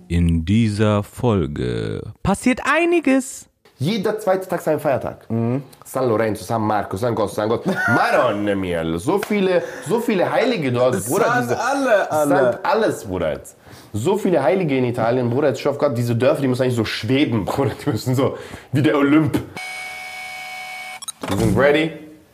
In dieser Folge passiert einiges. Jeder zweite Tag ist ein Feiertag. San Lorenzo, San Marco, San Gott, Madonna mia, so viele Heilige dort, Bruder. alle. Alles, Bruder. Jetzt. So viele Heilige in Italien, Bruder. Jetzt schau Gott, diese Dörfer, die müssen eigentlich so schweben, Bruder. Die müssen so wie der Olymp. Wir sind ready.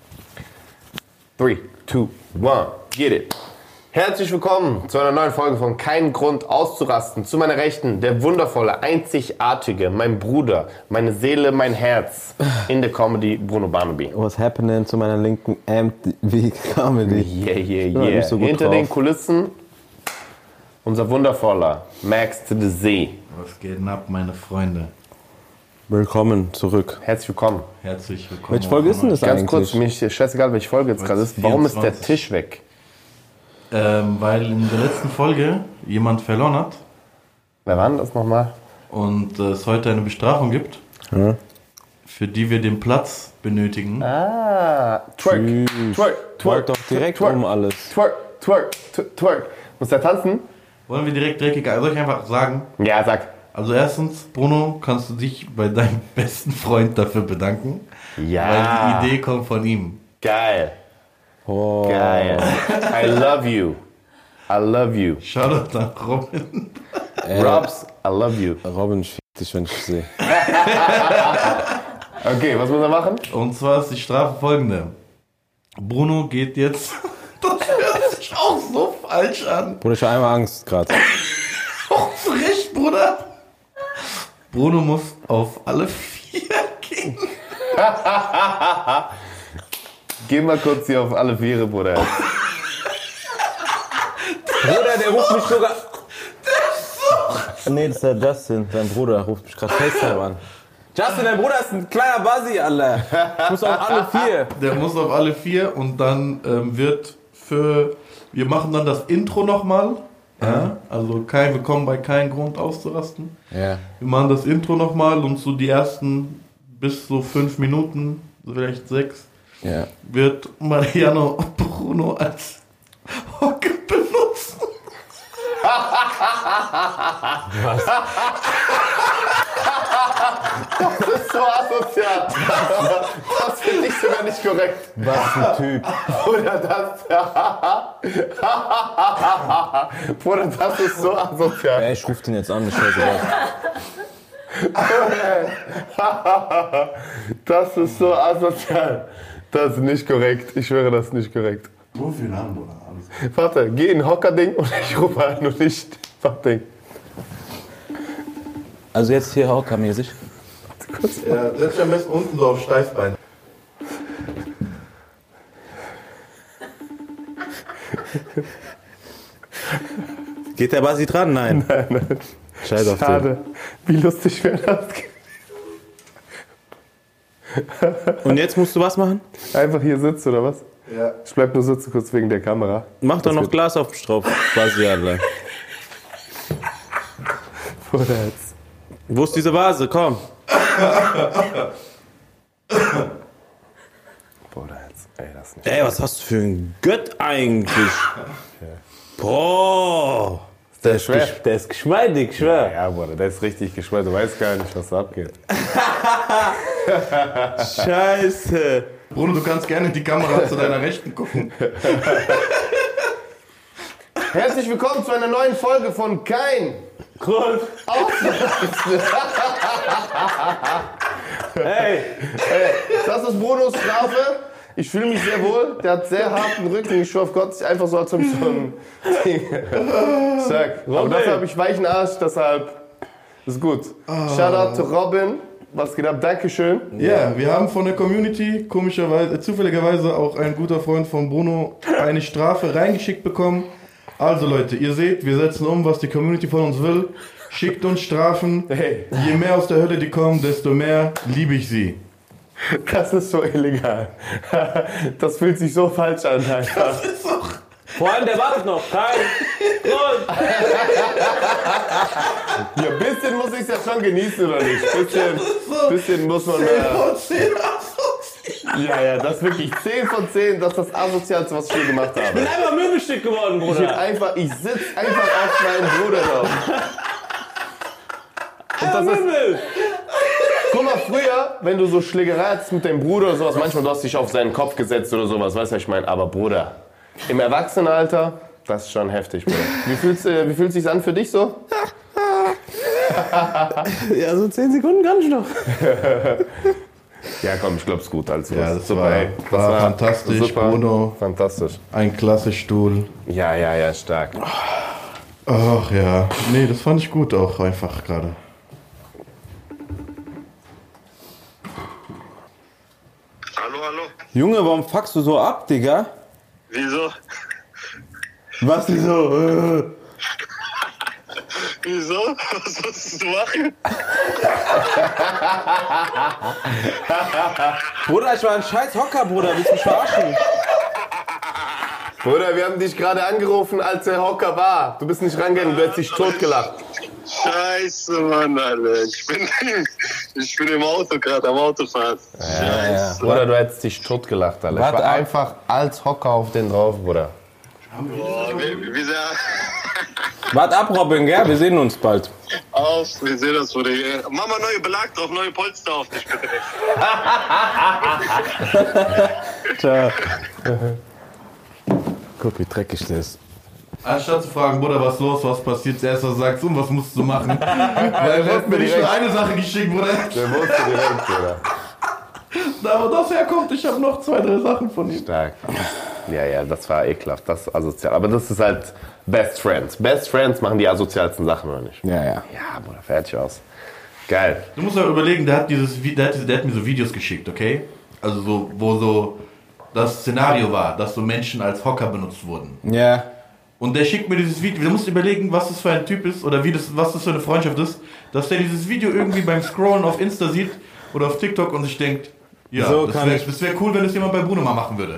3, 2, 1, get it. Herzlich willkommen zu einer neuen Folge von Kein Grund auszurasten. Zu meiner Rechten der wundervolle, einzigartige, mein Bruder, meine Seele, mein Herz in der Comedy, Bruno Barnaby. What's happening zu meiner linken MTV Comedy? Yeah. Nicht so gut Hinter drauf. den Kulissen unser wundervoller Max to the Z. Was geht denn ab, meine Freunde? Willkommen zurück. Herzlich willkommen. Herzlich willkommen. Welche Folge ist denn das Ganz eigentlich? kurz, mir ist scheißegal, welche Folge jetzt gerade ist. Warum ist der 24. Tisch weg? Weil in der letzten Folge jemand verloren hat Wer war denn das nochmal? und es heute eine Bestrafung gibt, Ja. für die wir den Platz benötigen. Twerk. Twerk doch direkt um alles. Twerk. Muss der tanzen? Wollen wir direkt dreckig, soll ich einfach sagen? Ja, sag. Also erstens, Bruno, kannst du dich bei deinem besten Freund dafür bedanken, Ja. weil die Idee kommt von ihm. Geil. Oh. Geil. I love you. I love you. Shoutout an Robin. Robs, I love you. Robin fickt dich, wenn ich dich sehe. Okay, was muss er machen? Und zwar ist die Strafe folgende. Bruno geht jetzt... Das hört sich auch so falsch an. Bruder, ich habe einmal Angst gerade. Auch zu Recht, Bruder. Bruno muss auf alle 4 gehen. Geh mal kurz hier auf alle Viere, Bruder. Bruder, der ruft mich sogar... Nee, das ist der Justin, sein Bruder, ruft mich gerade FaceTime an. Justin, dein Bruder ist ein kleiner Buzzy, Alter. Ich muss auf alle 4. Der muss auf alle 4 und dann wir machen dann das Intro nochmal. Ja? Also willkommen bei Kein Grund auszurasten. Ja. Wir machen das Intro nochmal und so die ersten bis so 5 Minuten, vielleicht 6, Ja. wird Mariano Bruno als Hocke benutzen. Das ist so asozial. Das finde ich sogar nicht korrekt. Was ein Typ. Bruder, das ist so asozial. Ey, ich ruf den jetzt an, ich weiß nicht. Das ist so asozial. Das ist nicht korrekt. Ich schwöre, das ist nicht korrekt. So viel an, Bruder. Alles gut. Warte, geh in Hocker-Ding und ich rufe an und nicht Fach-Ding. Also jetzt hier hockermäßig. Ja, setz dich am besten unten so auf Steißbein. Geht der Buzzy dran? Nein. Nein. Scheiß auf den. Schade. Wie lustig wäre das? Und jetzt musst du was machen? Einfach hier sitzen, oder was? Ja. Ich bleib nur sitzen, kurz wegen der Kamera. Mach doch noch Glas auf den Strauch, Buzzy, Alter. Bruder, jetzt. Wo ist diese Vase? Komm. Bruder, jetzt. Ey, das ist nicht. Ey, was hast du für ein Gött eigentlich? Boah. Der ist schwer. Der ist geschmeidig, schwer. Ja, Bruder, der ist richtig geschwollen. Du weißt gar nicht, was da abgeht. Scheiße. Bruno, du kannst gerne die Kamera zu deiner Rechten gucken. Herzlich willkommen zu einer neuen Folge von Kein Grund. Hey. Das ist Brunos Strafe. Ich fühle mich sehr wohl. Der hat sehr harten Rücken. Ich schwör auf Gott, einfach so als ob ich so ein Ding. Sag. Aber dafür habe ich weichen Arsch, deshalb ist gut. Shoutout to Robin. Was geht ab? Dankeschön. Ja, wir haben von der Community zufälligerweise auch ein guter Freund von Bruno eine Strafe reingeschickt bekommen. Also Leute, ihr seht, wir setzen um, was die Community von uns will. Schickt uns Strafen. Hey. Je mehr aus der Hölle die kommen, desto mehr liebe ich sie. Das ist so illegal. Das fühlt sich so falsch an. Einfach. Vor allem, der wartet noch. Kein Grund. Ja, ein bisschen muss ich es ja schon genießen, oder nicht? Bisschen muss man. Ja, das ist wirklich 10 von 10. Das ist das Asozialste, was ich je gemacht Ich bin habe. einfach Möbelstück geworden, Bruder. Ich sitze einfach auf meinen Bruder drauf. Guck mal, früher, wenn du so Schlägerei hattest mit deinem Bruder oder sowas, manchmal du hast dich auf seinen Kopf gesetzt oder sowas, weißt du, was ich meine? Aber Bruder, im Erwachsenenalter, das ist schon heftig, Bruder. Wie fühlt sich's an für dich so? Ja, so 10 Sekunden kann ich noch. Ja, komm, ich glaub's gut. Also, Ja, das super, war, ey. war fantastisch, super, Bruno. Fantastisch. Ein klasse Stuhl. Ja, stark. Ach ja. Nee, das fand ich gut auch einfach gerade. Hallo? Junge, warum fuckst du so ab, Digga? Wieso? Was wieso? Wieso? Was musst du machen? Bruder, ich war ein scheiß Hocker, Bruder. Willst du mich verarschen? Bruder, wir haben dich gerade angerufen, als der Hocker war. Du bist nicht rangegangen, du hättest dich totgelacht. Scheiße, Mann, Alter. Ich bin im Auto gerade, am Autofahren. Ja. Bruder, du hättest dich totgelacht, Alter. Ich Warte war ab. einfach als Hocker auf den drauf, Bruder. Boah, wie sehr Wart ab, Robin, gell? Wir sehen uns bald. auf, wir sehen das, Bruder. Mach mal neue Belag drauf, neue Polster auf dich, bitte nicht. Tja. Guck, wie dreckig das ist. Anstatt zu fragen, Bruder, was los, was passiert, zuerst was sagst du und was musst du machen? Weil er hat mir nicht nur eine Sache geschickt, Bruder. Der wusste direkt, Bruder. Da wo das herkommt, ich habe noch 2, 3 Sachen von ihm. Stark. Ja, das war ekelhaft, das ist asozial. Aber das ist halt Best Friends. Best Friends machen die asozialsten Sachen, oder nicht? Ja. Ja, Bruder, fertig aus. Geil. Du musst ja überlegen, der hat mir so Videos geschickt, okay? Also so, wo so das Szenario war, dass so Menschen als Hocker benutzt wurden. Ja. Und der schickt mir dieses Video. Du musst überlegen, was das für ein Typ ist oder was das für eine Freundschaft ist, dass der dieses Video irgendwie beim Scrollen auf Insta sieht oder auf TikTok und sich denkt, ja, So das kann wäre cool, wenn das jemand bei Bruno mal machen würde.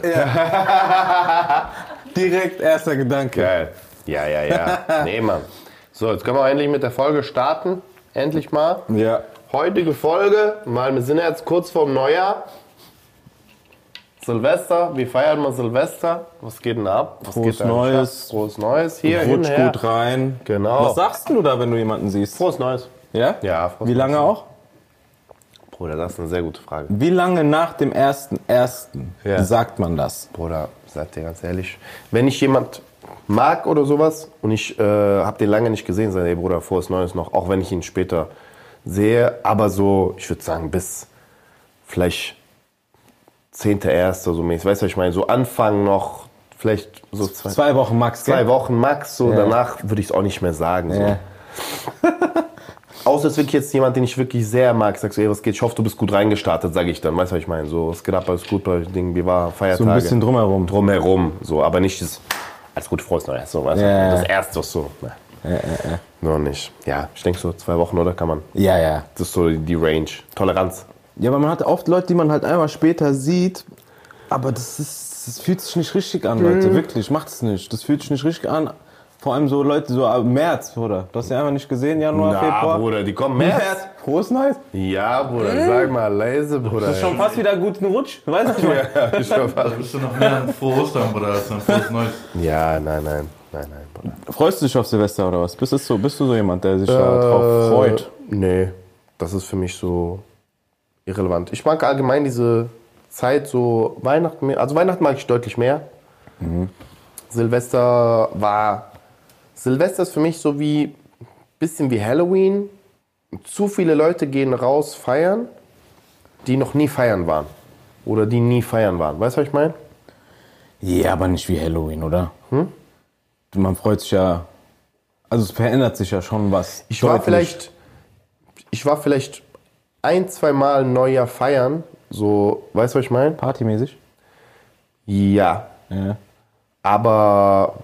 Direkt erster Gedanke. Geil. Ja. Nee, Mann. So, jetzt können wir endlich mit der Folge starten. Endlich mal. Ja. Heutige Folge, wir sind jetzt kurz vorm Neujahr. Silvester, wie feiert man Silvester? Was geht denn ab? Was Frohes geht da Neues. ab? Frohes Neues. Hier, Rutsch hinher. gut rein. Genau. Was sagst du da, wenn du jemanden siehst? Frohes Neues. Ja? Ja, frohes Wie lange Neues. auch? Bruder, das ist eine sehr gute Frage. Wie lange nach dem 1.1. Ja. sagt man das? Bruder, sag dir ganz ehrlich, wenn ich jemand mag oder sowas und ich habe den lange nicht gesehen, sage ich, ey Bruder, frohes Neues noch, auch wenn ich ihn später sehe, aber so, ich würde sagen, bis vielleicht 10.1. so mäßig, weißt du, was ich meine, so Anfang noch, vielleicht so 2 Wochen max, gell? 2 Wochen max, so Ja. danach würde ich es auch nicht mehr sagen. So. Ja. Außer es ist wirklich jetzt jemand, den ich wirklich sehr mag, sagst du, ey, was geht, ich hoffe, du bist gut reingestartet, sage ich dann, weißt du, was ich meine, so, es geht ab, alles gut bei Ding, wie war Feiertage. So ein bisschen drumherum. Drumherum, so, aber nicht das, als gut frohes Neues, so, weißt du, Ja. das erste, was so, ne. Noch nicht. Ja, ich denke so 2 Wochen, oder, kann man, Ja. das ist so die Range, Toleranz. Ja, aber man hat oft Leute, die man halt einmal später sieht, aber das fühlt sich nicht richtig an, Leute, wirklich, macht es nicht. Das fühlt sich nicht richtig an. Vor allem so Leute, so ab März, Bruder. Du hast ja einfach nicht gesehen, Januar, Na, Februar. Bruder, die kommen März. Frohes Neues. Ja, Bruder, sag mal, leise, Bruder. Das ist schon fast wieder guten Rutsch. Weißt du, was ich meine? Ja, ich war Da fast- bist du noch mehr ein frohes Ostern, Bruder, als ein frohes Neues. ja, nein, Bruder. Freust du dich auf Silvester oder was? Bist du so jemand, der sich da drauf freut? Nee, das ist für mich so irrelevant. Ich mag allgemein diese Zeit, so Weihnachten, also Weihnachten mag ich deutlich mehr. Silvester ist für mich so wie, bisschen wie Halloween. Zu viele Leute gehen raus feiern, die noch nie feiern waren. Oder die nie feiern waren. Weißt du, was ich meine? Ja, aber nicht wie Halloween, oder? Man freut sich ja, also es verändert sich ja schon was. Ich war Deutlich. vielleicht 1-2 Mal Neujahr feiern. So, weißt du, was ich meine? Partymäßig? Ja. Ja. Aber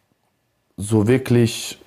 so wirklich.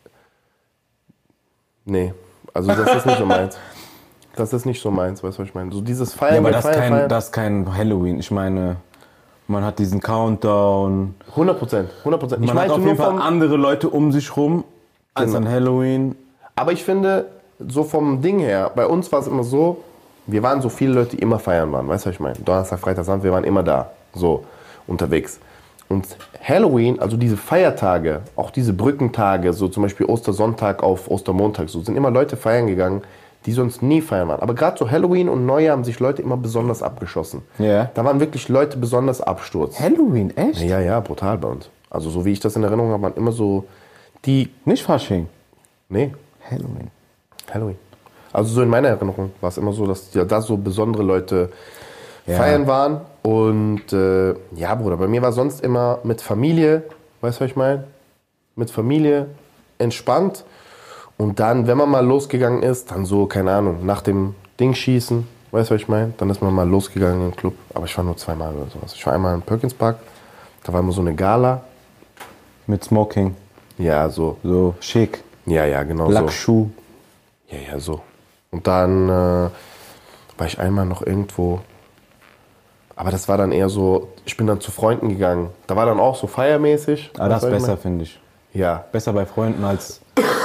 Nee. Also das ist nicht so meins. Das ist nicht so meins, weißt du, was ich meine? So dieses Feiern, Ja, aber mit das ist, Feiern. das ist kein Halloween. Ich meine, man hat diesen Countdown. 100%. Ich Man hat meinte auf nur jeden Fall vom. andere Leute um sich rum als Genau. an Halloween. Aber ich finde, so vom Ding her, bei uns war es immer so, wir waren so viele Leute, die immer feiern waren. Weißt du, was ich meine? Donnerstag, Freitag, Samstag, wir waren immer da. So, unterwegs. Und Halloween, also diese Feiertage, auch diese Brückentage, so zum Beispiel Ostersonntag auf Ostermontag, so sind immer Leute feiern gegangen, die sonst nie feiern waren. Aber gerade so Halloween und Neujahr haben sich Leute immer besonders abgeschossen. Ja. Da waren wirklich Leute besonders Absturz. Halloween, echt? Ja, brutal bei uns. Also so wie ich das in Erinnerung habe, waren immer so die... Nicht Fasching. Nee, Halloween. Also so in meiner Erinnerung war es immer so, dass da so besondere Leute feiern waren. Und ja, Bruder, bei mir war sonst immer mit Familie, weißt du, was ich meine? Mit Familie, entspannt. Und dann, wenn man mal losgegangen ist, dann so, keine Ahnung, nach dem Ding schießen, weißt du, was ich meine? Dann ist man mal losgegangen in den Club. Aber ich war nur zweimal oder sowas. Ich war einmal im Perkins Park, da war immer so eine Gala. Mit Smoking. Ja, so. So schick. Ja, genau so. Lackschuh. Ja, so. Und dann war ich einmal noch irgendwo, aber das war dann eher so, ich bin dann zu Freunden gegangen. Da war dann auch so feiermäßig. Aber das ist besser, finde ich. Ja. Besser bei Freunden als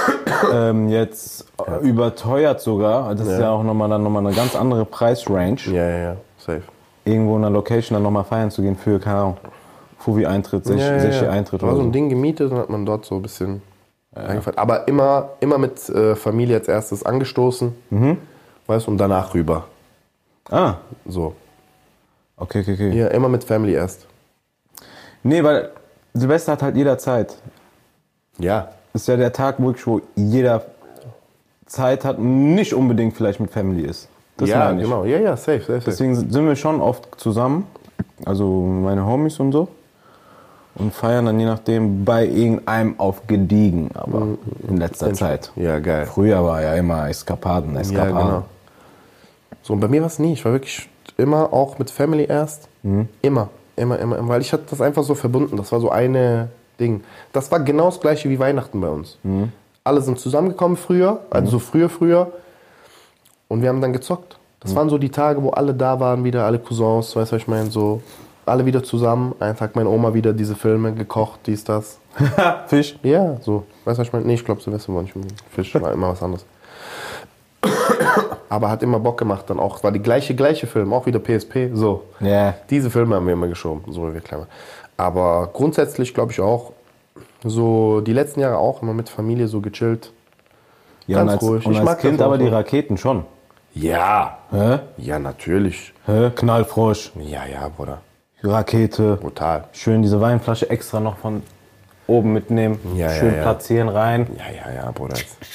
jetzt überteuert sogar. Das ist ja auch nochmal eine ganz andere Preisrange. Ja, safe. Irgendwo in einer Location dann nochmal feiern zu gehen für, keine Ahnung, Fuvi Eintritt, 60 Eintritt Da war oder so ein so. Ding gemietet und hat man dort so ein bisschen eingefeiert. Aber immer mit Familie als erstes angestoßen, weißt du, und danach rüber. Ah, So. okay. Ja, immer mit Family erst. Nee, weil Silvester hat halt jederzeit. Ja. Ist ja der Tag, wirklich, wo jeder Zeit hat, nicht unbedingt vielleicht mit Family ist. Das Ja, meine ich. genau. Ja, safe. Deswegen sind wir schon oft zusammen, also meine Homies und so, und feiern dann je nachdem bei irgendeinem auf gediegen, aber in letzter Zeit. Ja, geil. Früher war ja immer Eskapaden. Ja, genau. So, und bei mir war es nie. Ich war wirklich immer auch mit Family erst. Immer. Weil ich hatte das einfach so verbunden. Das war so eine Ding. Das war genau das gleiche wie Weihnachten bei uns. Alle sind zusammengekommen früher, also so früher. Und wir haben dann gezockt. Das waren so die Tage, wo alle da waren, wieder alle Cousins, weißt du, was ich meine? So, alle wieder zusammen. Einen Tag meine Oma wieder diese Filme gekocht, dies, das. Fisch. Ja, so. Weißt du, was ich meine? Nee, ich glaube, Silvester war nicht mit Fisch, war immer was anderes. Aber hat immer Bock gemacht dann auch. War die gleiche Film, auch wieder PSP, so. Ja. Diese Filme haben wir immer geschoben, so wie wir klein waren. Aber grundsätzlich glaube ich auch, so die letzten Jahre auch immer mit Familie so gechillt. Ja, Ganz und als, ruhig. und Ich als mag Kind das auch aber die so. Raketen schon. Ja. Hä? Ja, natürlich. Hä? Knallfrosch, Ja, Bruder. Rakete. Brutal. Schön diese Weinflasche extra noch von oben mitnehmen. Ja, Schön ja. platzieren rein. Ja, Bruder.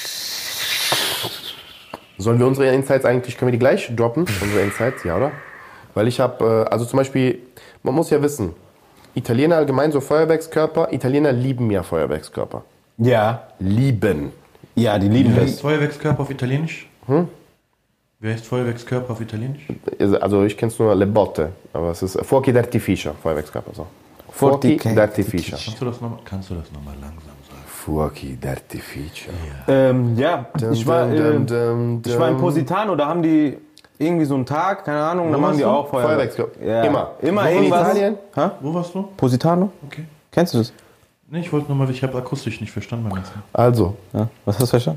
Sollen wir unsere Insights eigentlich, können wir die gleich droppen? Unsere Insights, ja, oder? Weil ich habe, also zum Beispiel, man muss ja wissen, Italiener allgemein so Feuerwerkskörper, Italiener lieben ja Feuerwerkskörper. Ja. Lieben. Ja, die lieben Wie heißt das. Feuerwerkskörper auf Italienisch? Wie heißt Feuerwerkskörper auf Italienisch? Also ich kenne es nur Le Botte, aber es ist Fuochi d'artificio, Feuerwerkskörper. So. Fuochi d'artificio. Kannst du das nochmal langsam sagen? Fuochi d'artificio. Ja, ich war in Positano, da haben die irgendwie so einen Tag, keine Ahnung, da machen die auch Feuerwerkskörper. Ja. Immer. Immer In irgendwas. Italien? Hä? Wo warst du? Positano? Okay. Kennst du das? Nee, ich wollte nochmal, ich habe akustisch nicht verstanden beim letzten Mal. Also, Ja. Was hast du verstanden?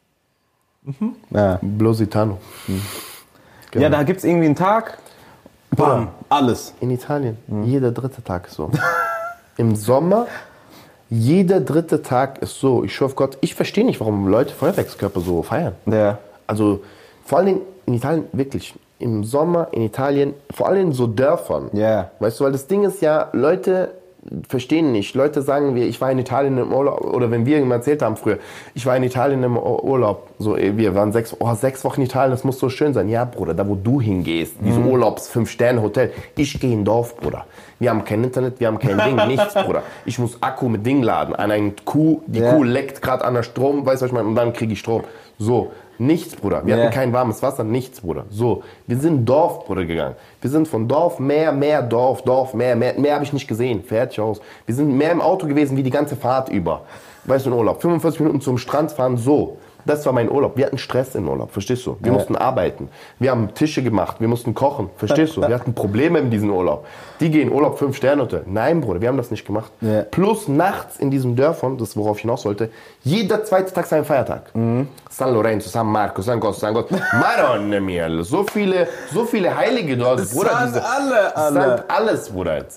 Ja. Blositano. Genau. Ja, da gibt es irgendwie einen Tag, bam, alles. In Italien, jeder dritte Tag ist so. Im Sommer, jeder dritte Tag ist so. Ich schwöre auf Gott, ich verstehe nicht, warum Leute Feuerwerkskörper so feiern. Ja. Also vor allem in Italien, wirklich, im Sommer in Italien, vor allem in so Dörfern. Ja. Weißt du, weil das Ding ist ja, Leute verstehen nicht. Leute sagen, ich war in Italien im Urlaub, oder wenn wir ihm erzählt haben früher, ich war in Italien im Urlaub, so, wir waren 6 Wochen in Italien, das muss so schön sein. Ja, Bruder, da wo du hingehst, diese Urlaubs 5-Sterne-Hotel, ich gehe in Dorf, Bruder. Wir haben kein Internet, wir haben kein Ding, nichts, Bruder. Ich muss Akku mit Ding laden, an eine Kuh, die Kuh leckt gerade an der Strom, weißt du, was ich meine, und dann kriege ich Strom. So, nichts, Bruder. Wir hatten kein warmes Wasser, nichts, Bruder. So, wir sind Dorf, Bruder, gegangen. Wir sind von Dorf, mehr, Dorf, mehr habe ich nicht gesehen. Fertig aus. Wir sind mehr im Auto gewesen wie die ganze Fahrt über. Weißt du, in Urlaub. 45 Minuten zum Strand fahren, so. Das war mein Urlaub. Wir hatten Stress im Urlaub, verstehst du? Wir mussten arbeiten. Wir haben Tische gemacht, wir mussten kochen, verstehst du? Wir hatten Probleme in diesem Urlaub. Die gehen in Urlaub 5-Sterne-Hotel. Nein, Bruder, wir haben das nicht gemacht. Ja. Plus nachts in diesen Dörfern, das worauf ich hinaus wollte, jeder zweite Tag sein Feiertag. San Lorenzo, San Marco, San Gott, Madonna mia, so viele Heilige dort, Bruder. San alle. Alles, Bruder. Jetzt.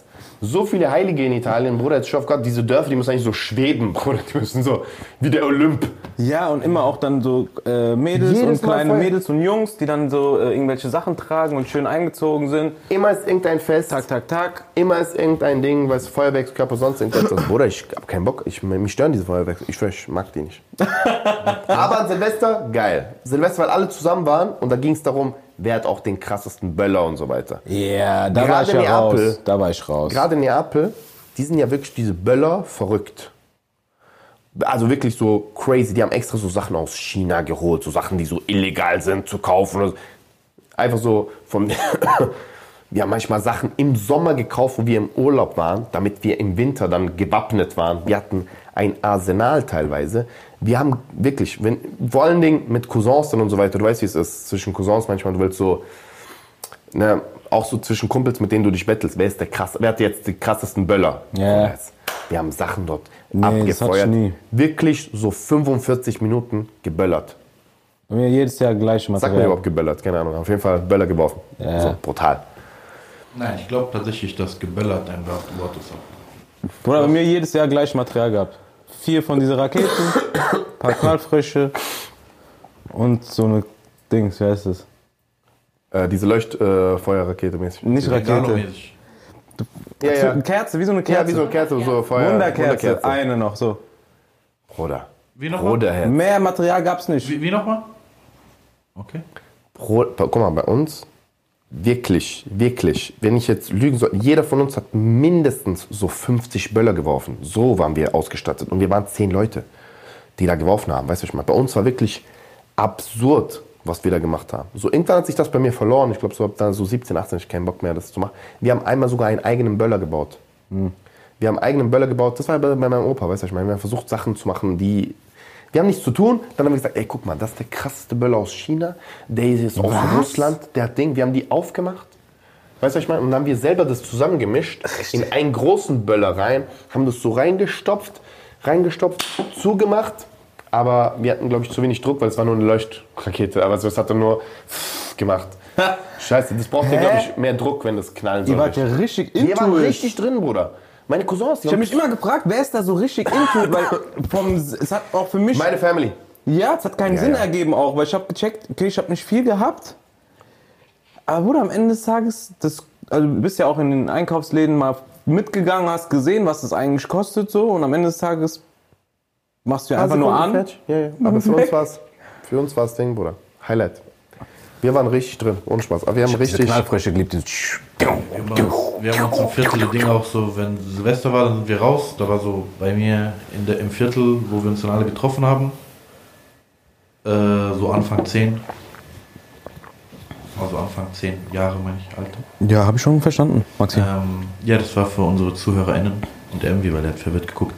so viele Heilige in Italien, Bruder, jetzt schau Gott, diese Dörfer, die müssen eigentlich so schweben, Bruder, die müssen so wie der Olymp. Ja, und immer auch dann so Mädels Jedes und Mal kleine voll. Mädels und Jungs, die dann so irgendwelche Sachen tragen und schön eingezogen sind. Immer ist irgendein Fest, Tak. immer ist irgendein Ding, was Feuerwerkskörper, sonst irgendetwas. Bruder, ich hab keinen Bock, mich stören diese Feuerwerks, ich mag die nicht. Aber an Silvester, geil. Silvester, weil alle zusammen waren und da ging es darum, wer hat auch den krassesten Böller und so weiter. Ja, da war Gerade ich ja Neapel. raus. Da war ich raus. Gerade in Neapel, die sind ja wirklich diese Böller verrückt. Also wirklich so crazy. Die haben extra so Sachen aus China geholt, so Sachen, die so illegal sind zu kaufen. Oder so. Einfach so von. Wir haben manchmal Sachen im Sommer gekauft, wo wir im Urlaub waren, damit wir im Winter dann gewappnet waren. Wir hatten ein Arsenal teilweise. Wir haben wirklich, vor allen Dingen mit Cousins dann und so weiter, du weißt, wie es ist zwischen Cousins manchmal, du willst so, ne, auch so zwischen Kumpels, mit denen du dich bettelst, wer hat jetzt die krassesten Böller? Ja. Wir haben Sachen dort Das hatte abgefeuert, ich nie. wirklich so 45 Minuten geböllert. Bei mir jedes Jahr gleich Sag mir Material. überhaupt geböllert, keine Ahnung, auf jeden Fall Böller geworfen. Ja. So, brutal. Nein, ich glaube tatsächlich, dass geböllert ein Wort ist. Bruder, bei mir jedes Jahr gleich Material gehabt. 4 von diesen Raketen, paar Knallfrösche und so eine Dings, wie heißt das? Diese Leuchtfeuerrakete mäßig. Nicht Rakete. Regalo-mäßig. Ja, ja. Eine Kerze, wie so eine Kerze. Ja, wie so eine Kerze, so Feuer. Wunderkerze, eine noch, so. Bruder. Wie nochmal? Bruderherz. Mehr Material gab's nicht. Wie nochmal? Okay. Guck mal, bei uns, wirklich, wenn ich jetzt lügen soll, jeder von uns hat mindestens so 50 Böller geworfen. So waren wir ausgestattet. Und wir waren 10 Leute, die da geworfen haben. Weißt du, ich meine, bei uns war wirklich absurd, was wir da gemacht haben. So, irgendwann hat sich das bei mir verloren. Ich glaube, so ab dann so 17, 18, ich keinen Bock mehr, das zu machen. Wir haben einmal sogar einen eigenen Böller gebaut. Wir haben einen eigenen Böller gebaut. Das war bei meinem Opa, weißt du, ich meine, wir haben versucht, Sachen zu machen, die... Wir haben nichts zu tun. Dann haben wir gesagt, ey, guck mal, das ist der krasseste Böller aus China. Der ist aus Russland. Der hat Ding. Wir haben die aufgemacht. Weißt du, was ich meine? Und dann haben wir selber das zusammengemischt. In einen großen Böller rein. Haben das so reingestopft, zugemacht. Aber wir hatten, glaube ich, zu wenig Druck, weil es war nur eine Leuchtrakete. Aber es hat dann nur gemacht. Scheiße, das braucht ja, glaube ich, mehr Druck, wenn das knallen soll. Ihr wart ja richtig into Wir waren it. richtig drin, Bruder. Meine Cousins, die Ich habe mich immer gefragt, wer ist da so richtig into it, weil es hat auch für mich... meine Family. Ja, es hat keinen Sinn ja. ergeben auch, weil ich habe gecheckt, okay, ich habe nicht viel gehabt. Aber Bruder, am Ende des Tages, also du bist ja auch in den Einkaufsläden mal mitgegangen, hast gesehen, was das eigentlich kostet so und am Ende des Tages machst du ja einfach nur an. Ja, ja. Aber für uns war's Ding, Bruder. Highlight. Wir waren richtig drin, ohne Spaß. Aber wir haben richtig... Knallfrösche geliebt. Wir haben uns im Viertel das Ding auch so, wenn Silvester war, dann sind wir raus. Da war so bei mir im Viertel, wo wir uns dann alle getroffen haben, so Anfang 10. Also Anfang 10 Jahre, meine ich, Alter. Ja, habe ich schon verstanden, Maxi. Ja, das war für unsere ZuhörerInnen und irgendwie, weil der hat verwirrt geguckt.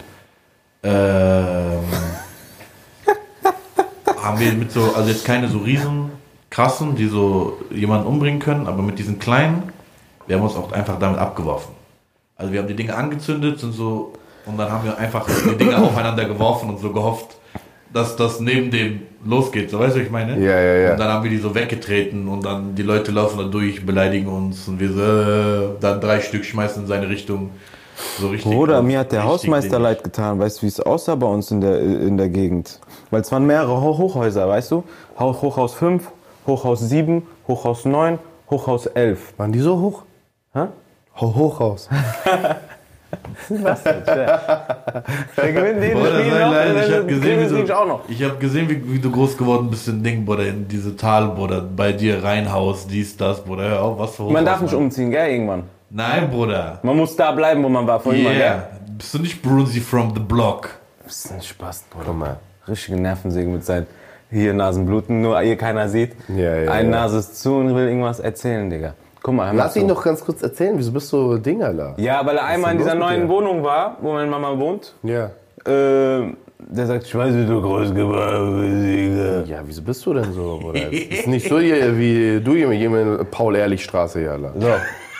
Haben wir mit so, also jetzt keine so riesen krassen, die so jemanden umbringen können, aber mit diesen kleinen, wir haben uns auch einfach damit abgeworfen. Also wir haben die Dinge angezündet und so und dann haben wir einfach die Dinge aufeinander geworfen und so gehofft, dass das neben dem losgeht, so weißt du, was ich meine? Ja, ja, ja. Und dann haben wir die so weggetreten und dann die Leute laufen da durch, beleidigen uns und wir so, dann 3 Stück schmeißen in seine Richtung. So richtig. Bruder, mir hat der richtig Hausmeister dämlich. leid getan. Weißt du, wie es aussah bei uns in der Gegend? Weil es waren mehrere Hochhäuser, weißt du? Hochhaus 5, Hochhaus 7, Hochhaus 9, Hochhaus 11. Waren die so hoch? Hä? Hochhaus. Was denn? Der gewinnt jedes Bruder, Spiel sei noch, leid, ich dann hab gesehen, kriegen wir auch noch. ich hab gesehen, wie du groß geworden bist in Ding, Bruder, in diese Tal, Bruder, bei dir Reinhaus, dies, das, Bruder, hör auf, was für Man Hochhaus, darf nicht Mann. umziehen, gell, irgendwann. Nein, Bruder. Man muss da bleiben, wo man war vorhin mal, gell? Yeah. Bist du nicht Brunsy from the block? Das ist ein Spaß, Bruder. Guck mal. Richtige Nervensäge mit seinen hier Nasenbluten, nur ihr keiner sieht. Ja, Eine ja. Nase ist zu und will irgendwas erzählen, Digga. Guck mal, hör mal Lass zu. ihn doch ganz kurz erzählen, wieso bist du Dingerler? Ja, weil er einmal in denn dieser los mit neuen dir? Wohnung war, wo meine Mama wohnt. Ja. Der sagt, ich weiß, wie du groß geworden bist. Ja, wieso bist du denn so, Bruder? Ist nicht so hier, wie du jemand Paul-Ehrlich-Straße hier, Alter. So.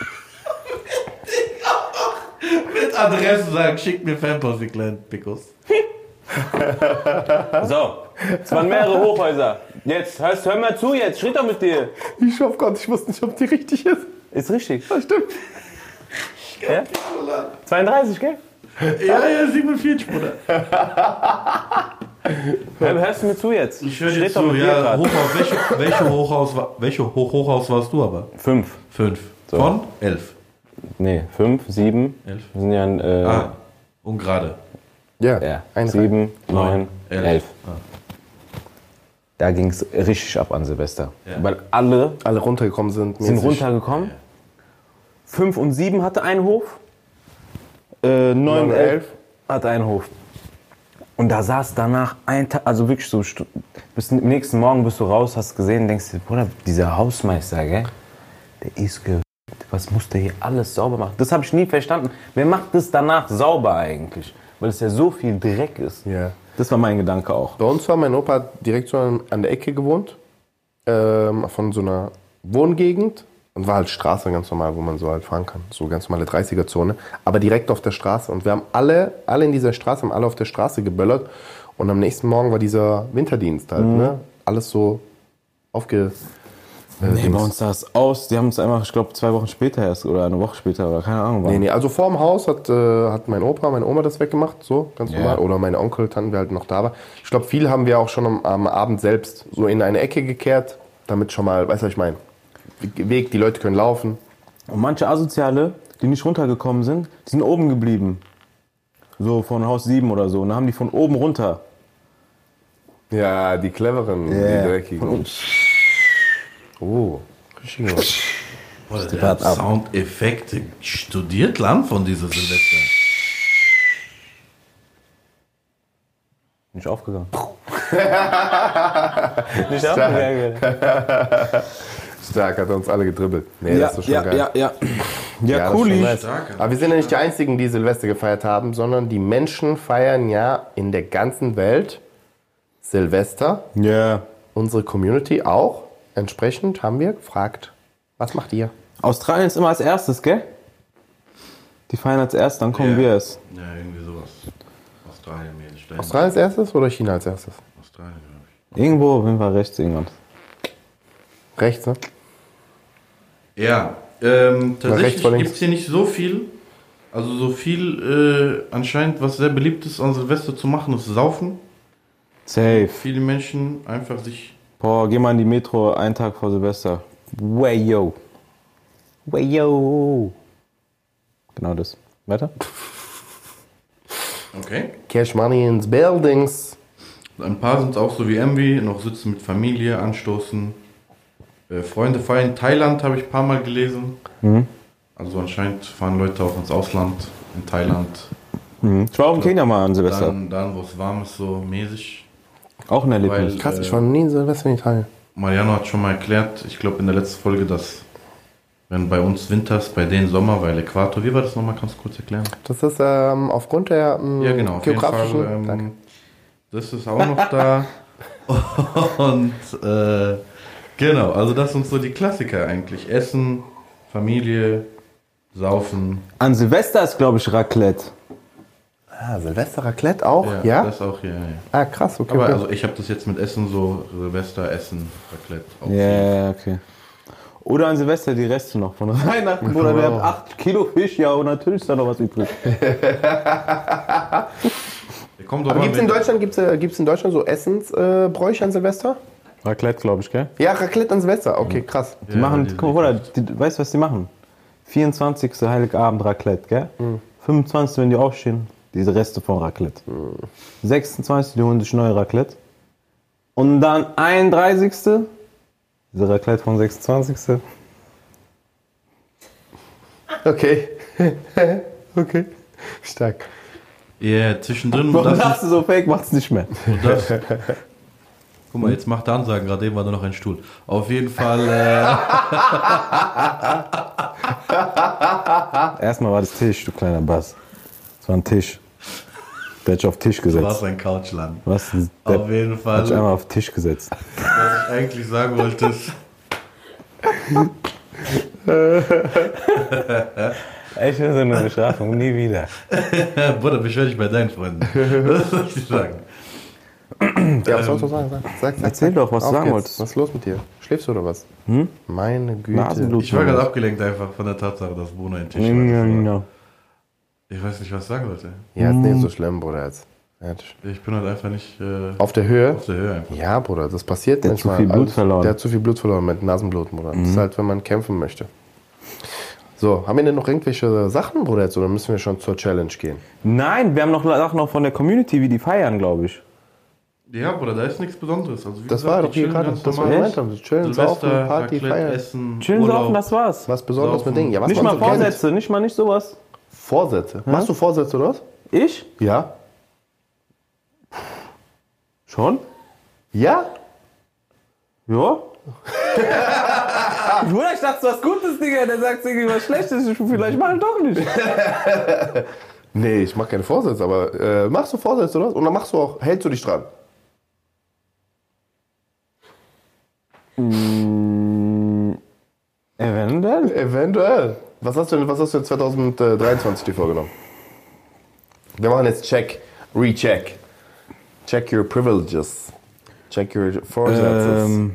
Mit Adresse sagen, schick mir Fanpost, die kleinen Picos. So, es waren mehrere Hochhäuser. Jetzt, hör mal zu jetzt, schritt doch mit dir. Ich hoffe Gott, ich wusste nicht, ob die richtig ist. Ist richtig. Das stimmt. Ja? 32, gell? Ja, 47, Bruder. Hörst du mir zu jetzt? Ich höre dir red doch zu, mit dir ja. grad. Hochhaus, welche Hochhaus warst du aber? 5. 5. So. Von 11. Nee, 5, 7. 11. Wir sind ja in, Ungerade. Ja, ja, eine 7, 9, 11. Ah. Da ging es richtig ab an Silvester. Ja. Weil alle alle runtergekommen sind. sind mäßig. runtergekommen. 5 und 7 hatte einen Hof. 9 und 11 hatte einen Hof. Und da saß danach ein Tag, also wirklich so, bis am nächsten Morgen bist du raus, hast gesehen, denkst dir, Bruder, dieser Hausmeister, gell, der ist was muss der hier alles sauber machen? Das habe ich nie verstanden. Wer macht das danach sauber eigentlich? Weil es ja so viel Dreck ist. Ja. Das war mein Gedanke auch. Bei uns war mein Opa hat direkt so an der Ecke gewohnt, von so einer Wohngegend. Und war halt Straße ganz normal, wo man so halt fahren kann. So ganz normale 30er-Zone. Aber direkt auf der Straße. Und wir haben alle in dieser Straße, haben alle auf der Straße geböllert. Und am nächsten Morgen war dieser Winterdienst halt, ne? Alles so aufge... Nee, bei uns sah es aus. Die haben uns einfach, ich glaube, 2 Wochen später erst oder eine Woche später oder keine Ahnung. Nee, also vorm Haus hat mein Opa, meine Oma das weggemacht, so ganz normal. Oder meine Onkel, Tanten, wir halt noch da war. Ich glaube, viel haben wir auch schon am Abend selbst so in eine Ecke gekehrt, damit schon mal, weißt du, was ich meine? Weg, die Leute können laufen. Und manche Asoziale, die nicht runtergekommen sind, die sind oben geblieben. So von Haus 7 oder so. Und dann haben die von oben runter. Ja, die cleveren, die dreckigen. Oh, richtig gut. Boah, der hat Soundeffekte studiert lang von dieser Silvester. Nicht aufgegangen. Nicht aufgegangen. Stark, hat er uns alle gedribbelt. Nee, das ist schon geil. Ja, das ist cool. schon nice. Aber wir sind ja nicht die Einzigen, die Silvester gefeiert haben, sondern die Menschen feiern ja in der ganzen Welt Silvester. Ja. Unsere Community auch. Entsprechend haben wir gefragt, was macht ihr? Australien ist immer als erstes, gell? Die feiern als erstes, dann kommen wir es. Ja, irgendwie sowas. Australien, mäßig. Australien als erstes oder China als erstes? Australien, glaube ich. Irgendwo, auf jeden Fall rechts irgendwann. Rechts, ne? Ja, rechts tatsächlich vor links. gibt es hier nicht so viel. Also so viel anscheinend, was sehr beliebt ist an Silvester zu machen, ist Saufen. Safe. Viele Menschen einfach sich... Boah, geh mal in die Metro einen Tag vor Silvester. Wayo. Wayo. Genau das. Weiter? Okay. Cash Money ins Buildings. Ein paar sind auch so wie Envy, noch sitzen mit Familie, anstoßen. Freunde feiern. Thailand habe ich ein paar Mal gelesen. Also anscheinend fahren Leute auch ins Ausland, in Thailand. Ich war auch in Kenia mal an Silvester. Dann wo es warm ist, so mäßig. Auch ein Erlebnis. Weil- Krass, ich war noch nie in Silvester in Italien. Mariano hat schon mal erklärt, ich glaube in der letzten Folge, dass wenn bei uns Winter ist, bei denen Sommer, weil Äquator, wie war das nochmal, kannst du kurz erklären? Das ist aufgrund der Ja genau, auf jeden geografischen... Fall, Danke. das ist auch noch da. Und genau, also das sind so die Klassiker eigentlich. Essen, Familie, Saufen. An Silvester ist, glaube ich, Raclette. Ah, Silvester Raclette auch, ja? Das auch, ja. Ah, krass, okay. Aber okay. also ich habe das jetzt mit Essen so, Silvester, Essen, Raclette. Auch Ja, okay. Oder an Silvester die Reste noch von Weihnachten, Bruder. Wir haben 8 Kilo Fisch, ja, und natürlich ist da noch was übrig. Kommt doch Aber mal gibt's in mit- Deutschland in Deutschland so Essensbräuche an Silvester? Raclette, glaube ich, gell? Ja, Raclette an Silvester, okay, krass. Die machen, guck mal, Bruder, weißt du, was die machen? 24. Heiligabend Raclette, gell? 25. wenn die aufstehen, diese Reste von Raclette. 26. die holen sich neue Raclette. Und dann 31. diese Raclette vom 26. Okay. Okay. Stark. Ja, zwischendrin. Warum das lachst du so fake? Macht's nicht mehr. Und das, guck mal, jetzt macht er Ansagen, gerade eben war da noch ein Stuhl. Auf jeden Fall, Erstmal war das Tisch, du kleiner Bass. Das war ein Tisch. Der hat sich auf den Tisch du warst gesetzt. ein Couchland. Was? Auf jeden Hat Fall, sich einmal auf den Tisch gesetzt. was ich eigentlich sagen wollte, ist, Ich will so eine Bestrafung, nie wieder. Bruder, beschwer dich bei deinen Freunden. Was soll ich dir sagen? Ja, was sollst du sagen? Sag. Erzähl doch, was du Auf sagen geht's. wolltest. Was ist los mit dir? Schläfst du oder was? Meine Güte. Nasenblut. Ich war gerade abgelenkt einfach von der Tatsache, dass Bruno ein Tisch war. Ich weiß nicht, was ich sagen sollte. Ja, ist nicht so schlimm, Bruder. Jetzt. Ich bin halt einfach nicht Auf der Höhe? auf der Höhe einfach. Ja, Bruder, das passiert Der hat manchmal. zu viel Blut verloren. Der hat zu viel Blut verloren mit Nasenblut, Bruder. Das ist halt, wenn man kämpfen möchte. So, haben wir denn noch irgendwelche Sachen, Bruder, jetzt? Oder müssen wir schon zur Challenge gehen? Nein, wir haben noch Sachen noch von der Community, wie die feiern, glaube ich. Ja, Bruder, da ist nichts Besonderes. Also, wie Das gesagt, war die doch hier chillen gerade. ganz Das war normal. gemeint haben. Chillen, saufen, Silvester, Party, Raclette, feiern. Essen, Chillen, Urlaub. saufen, das war's. Was Besonderes Saufen. mit Dingen. Ja, was Nicht man mal so kennt. Vorsätze, nicht sowas. Vorsätze. Machst du Vorsätze, oder was? Ich? Ja. Schon? Ja? Ja. Bruder, ich dachte, was Gutes, Digga. Der sagt irgendwie was Schlechtes. Vielleicht mach ich doch nicht. Nee, ich mach keine Vorsätze, aber machst du Vorsätze, oder was? Und dann machst du auch, hältst du dich dran? Eventuell. Eventuell. Was hast du denn 2023 dir vorgenommen? Wir machen jetzt Check, Recheck. Check your privileges. Check your Vorsätze.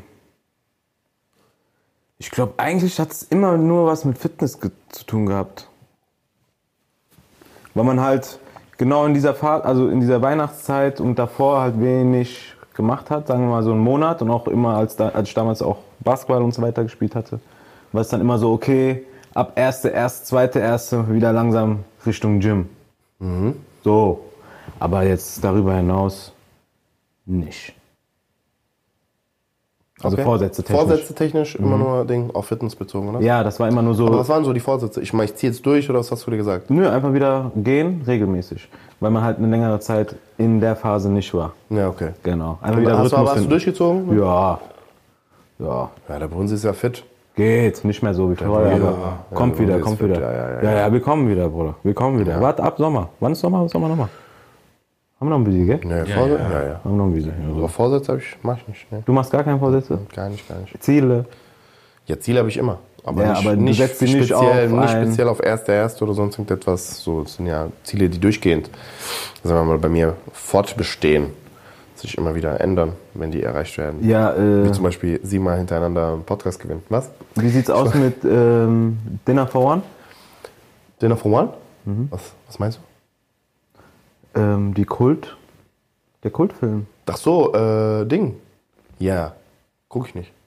Ich glaube, eigentlich hat es immer nur was mit Fitness zu tun gehabt. Weil man halt genau in dieser Phase, also in dieser Weihnachtszeit und davor halt wenig gemacht hat, sagen wir mal so einen Monat und auch immer, als ich damals auch Basketball und so weiter gespielt hatte, war es dann immer so, okay, ab 2.1. wieder langsam Richtung Gym. So, aber jetzt darüber hinaus nicht. Also Okay. Vorsätze technisch. Vorsätze technisch, immer nur Ding auf Fitness bezogen, oder? Ja, das war immer nur so. Aber was waren so die Vorsätze? Ich meine, ich ziehe jetzt durch, oder was hast du dir gesagt? Nö, einfach wieder gehen, regelmäßig. Weil man halt eine längere Zeit in der Phase nicht war. Ja, okay. Genau. Einfach wieder Hast du Rhythmus finden. durchgezogen? Ja. Ja. Ja, der Bruns ist ja fit. Geht. Nicht mehr so wie vorher, wieder. aber kommt Ja, wieder, der kommt ist fit. wieder. Ja. Ja, wir kommen wieder, Bruder. Wir kommen wieder. Warte ab Sommer. Wann ist Sommer? Sommer nochmal. Haben wir noch ein Busy, gell? Nee, Vorsätze? Ja. Haben wir noch ein Busy. Aber Vorsätze mach ich nicht. Ne? Du machst gar keine Vorsätze? Gar nicht. Ziele? Ja, Ziele habe ich immer. Aber Ja, nicht, aber du nicht setzt die nicht speziell, auf nicht ein- speziell auf 1.1. oder sonst irgendetwas. So, das sind ja Ziele, die durchgehend, sagen wir mal, bei mir fortbestehen. Sich immer wieder ändern, wenn die erreicht werden. Ja, Wie zum Beispiel 7-mal hintereinander einen Podcast gewinnen. Was? wie sieht's aus mit Dinner for One? Dinner for One? Was meinst du? Der Kultfilm. Ach so, Ding. Ja, guck ich nicht.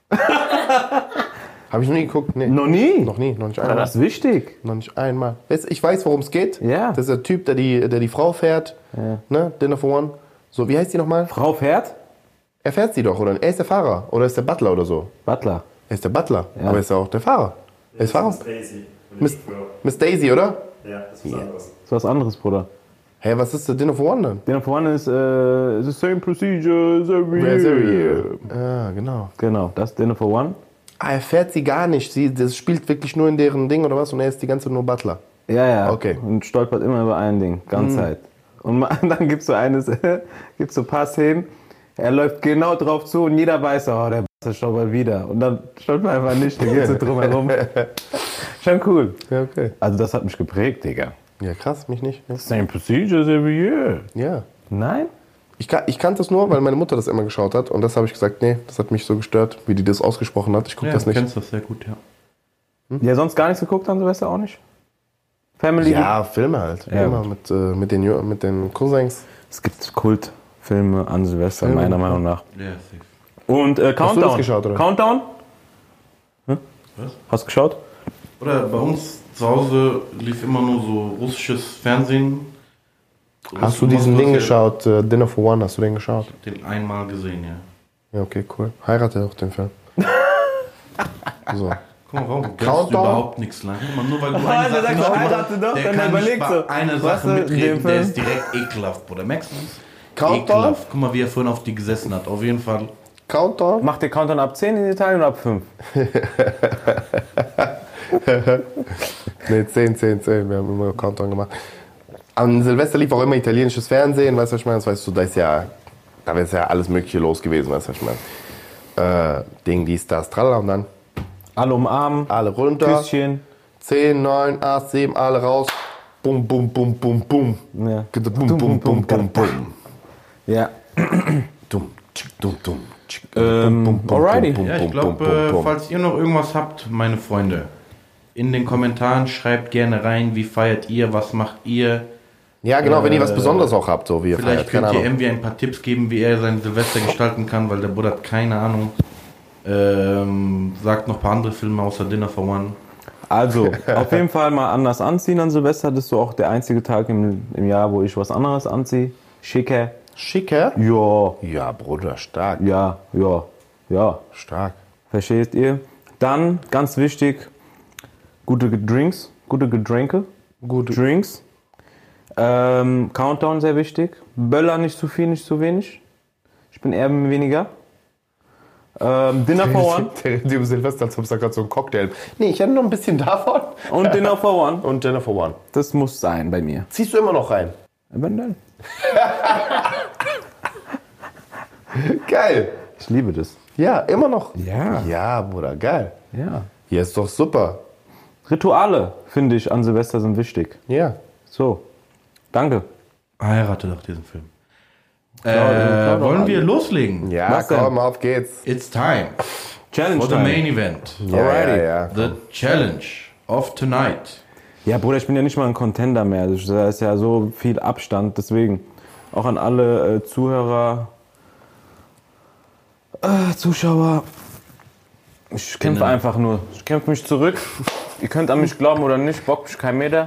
Habe ich noch nie geguckt? Nee. Noch nie? Noch nicht Aber einmal. das ist wichtig. Noch nicht einmal. Ich weiß, worum es geht. Ja. Das ist der Typ, der die Frau fährt. Ja. Ne? Dinner for One. So, wie heißt die nochmal? Frau fährt? Er fährt sie doch, oder? Er ist der Fahrer. Oder ist der Butler oder so. Butler. Er ist der Butler. Ja. Aber er ist auch der Fahrer. Er ist Fahrer. Daisy. Miss Daisy, oder? Ja, das ist was anderes. Das ist was anderes, Bruder. Hä, was ist der Dinner for One dann? Dinner for One ist the same procedure as every year. Ja, genau. Genau, das ist Dinner for One. Ah, er fährt sie gar nicht. Das spielt wirklich nur in deren Ding oder was? Und er ist die ganze Zeit nur Butler. Ja, ja. Okay. Und stolpert immer über ein Ding, ganze Zeit. Und dann gibt's so gibt's so ein paar Szenen, er läuft genau drauf zu und jeder weiß, oh, der Bastard stolpert wieder. Und dann stolpert er einfach nicht, der geht so drumherum. Schon cool. Ja, okay. Also das hat mich geprägt, Digga. Ja, krass, mich nicht. Ne? Same procedures every year. Ja. Nein? Ich kannte das nur, weil meine Mutter das immer geschaut hat. Und das habe ich gesagt, nee, das hat mich so gestört, wie die das ausgesprochen hat. Ich gucke Ja, das du nicht. kennst das sehr gut, ja. Ja, sonst gar nichts geguckt an Silvester auch nicht? Family? Ja, Filme halt. Ja, Immer mit den Cousins. Es gibt Kultfilme an Silvester, Filme, meiner Meinung nach. Ja, safe. Und Countdown. das geschaut, oder? Countdown? Hm? Was? Hast du geschaut? Oder bei uns zu Hause lief immer nur so russisches Fernsehen. Hast du diesen Ding geschaut, Dinner for One, hast du den geschaut? Den einmal gesehen, ja. Ja, okay, cool. Heirate auch den Film. So. Guck mal, warum gönnst du Countdown? überhaupt nichts lang? Guck mal, nur weil du der eine Sache sagt, nicht heirate gemacht- doch, der dann kann überlegt nicht so, bei einer was Sache in dem mitreden, der Film? ist direkt ekelhaft, Bruder. Merkst du das? Countdown? Ekelhaft. Guck mal, wie er vorhin auf die gesessen hat. Auf jeden Fall. Countdown? Macht ihr Countdown ab 10 in Italien oder ab 5? Nee, 10. Wir haben immer Countdown gemacht. An Silvester lief auch immer italienisches Fernsehen, weißt du, was ich meine? Das weißt du, da ist ja alles Mögliche los gewesen, weißt du, was ich meine? Ding, dies, das, tralala und dann Alle umarmen, alle runter. Küsschen. 10, 9, 8, 7, alle raus. Bum, bum, bum, bum, bum. Ja. Bum, bum, bum, bum, bum. Ja. Dumm, Alrighty. Ja, ich glaube, falls ihr noch irgendwas habt, meine Freunde, in den Kommentaren schreibt gerne rein, wie feiert ihr, was macht ihr. Ja, genau, wenn ihr was Besonderes auch habt, so wie ihr Vielleicht feiert. Keine könnt ihr Ahnung. Envy ein paar Tipps geben, wie er sein Silvester gestalten kann, weil der Bruder hat keine Ahnung. Sagt noch ein paar andere Filme außer Dinner for One. Also, auf jeden Fall mal anders anziehen an Silvester. Das ist so auch der einzige Tag im Jahr, wo ich was anderes anziehe. Schicker. Schicker? Ja, Ja, Bruder, stark. ja. Stark. Versteht ihr? Dann, ganz wichtig, gute Drinks, gute Getränke. Gute Drinks. Countdown sehr wichtig. Böller nicht zu viel, nicht zu wenig. Ich bin eher weniger. Dinner for One. Der Silvester als ob er gerade so ein Cocktail. Nee, ich hätte noch ein bisschen davon. Und Dinner for One. Und Dinner for One. Das muss sein bei mir. Ziehst du immer noch rein? Eventuell. Geil. Ich liebe das. Ja, immer noch. Ja. Ja, Bruder, geil. Ja. Hier ist doch super. Rituale, finde ich, an Silvester sind wichtig. Ja. So. Danke. Heirate doch diesen Film. klar, Wollen wir loslegen? Ja, Was denn? komm, auf geht's. It's time Challenge for the time. main event. Ja. The challenge of tonight. Ja, Bruder, ich bin ja nicht mal ein Contender mehr. Da ist ja so viel Abstand. Deswegen auch an alle Zuhörer, Zuschauer. Ich kämpfe einfach nur. Ich kämpfe mich zurück. Ihr könnt an mich glauben oder nicht. Bock mich kein Meter.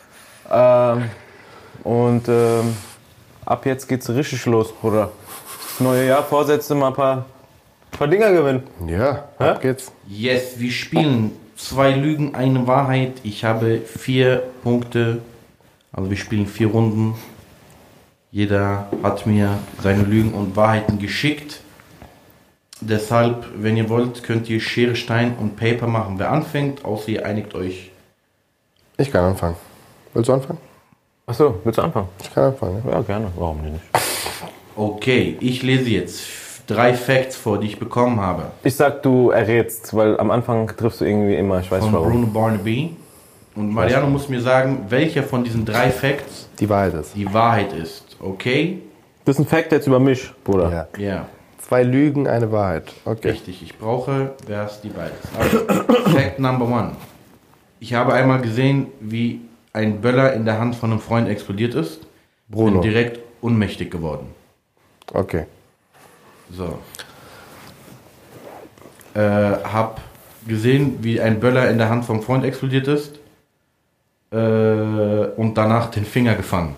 Ab jetzt geht's richtig los, Bruder. Das neue Jahr, Vorsätze, mal ein paar Dinger gewinnen. Ja, ab geht's. Yes, wir spielen 2 Lügen, eine Wahrheit. Ich habe 4 Punkte. Also wir spielen 4 Runden. Jeder hat mir seine Lügen und Wahrheiten geschickt. Deshalb, wenn ihr wollt, könnt ihr Schere, Stein und Paper machen. Wer anfängt, außer ihr einigt euch. Ich kann anfangen. Willst du anfangen? Achso, willst du anfangen? Ich kann anfangen, ja. Ja, gerne. Warum nicht? Okay, ich lese jetzt 3 Facts vor, die ich bekommen habe. Ich sag, du errätst, weil am Anfang triffst du irgendwie immer, ich weiß Von nicht warum. Bruno Barnaby. Und Mariano muss mir sagen, welcher von diesen 3 Facts Die Wahrheit ist. die Wahrheit ist. Okay? Das ist ein Fact jetzt über mich, Bruder. Ja. Ja. 2 Lügen, eine Wahrheit. Okay. Richtig, ich brauche, wer es die beiden ist. Also, Fact Number 1. Ich habe einmal gesehen, wie ein Böller in der Hand von einem Freund explodiert ist. Bruno. Bin direkt ohnmächtig geworden. Okay. So. Hab gesehen, wie ein Böller in der Hand vom Freund explodiert ist. Und danach den Finger gefangen.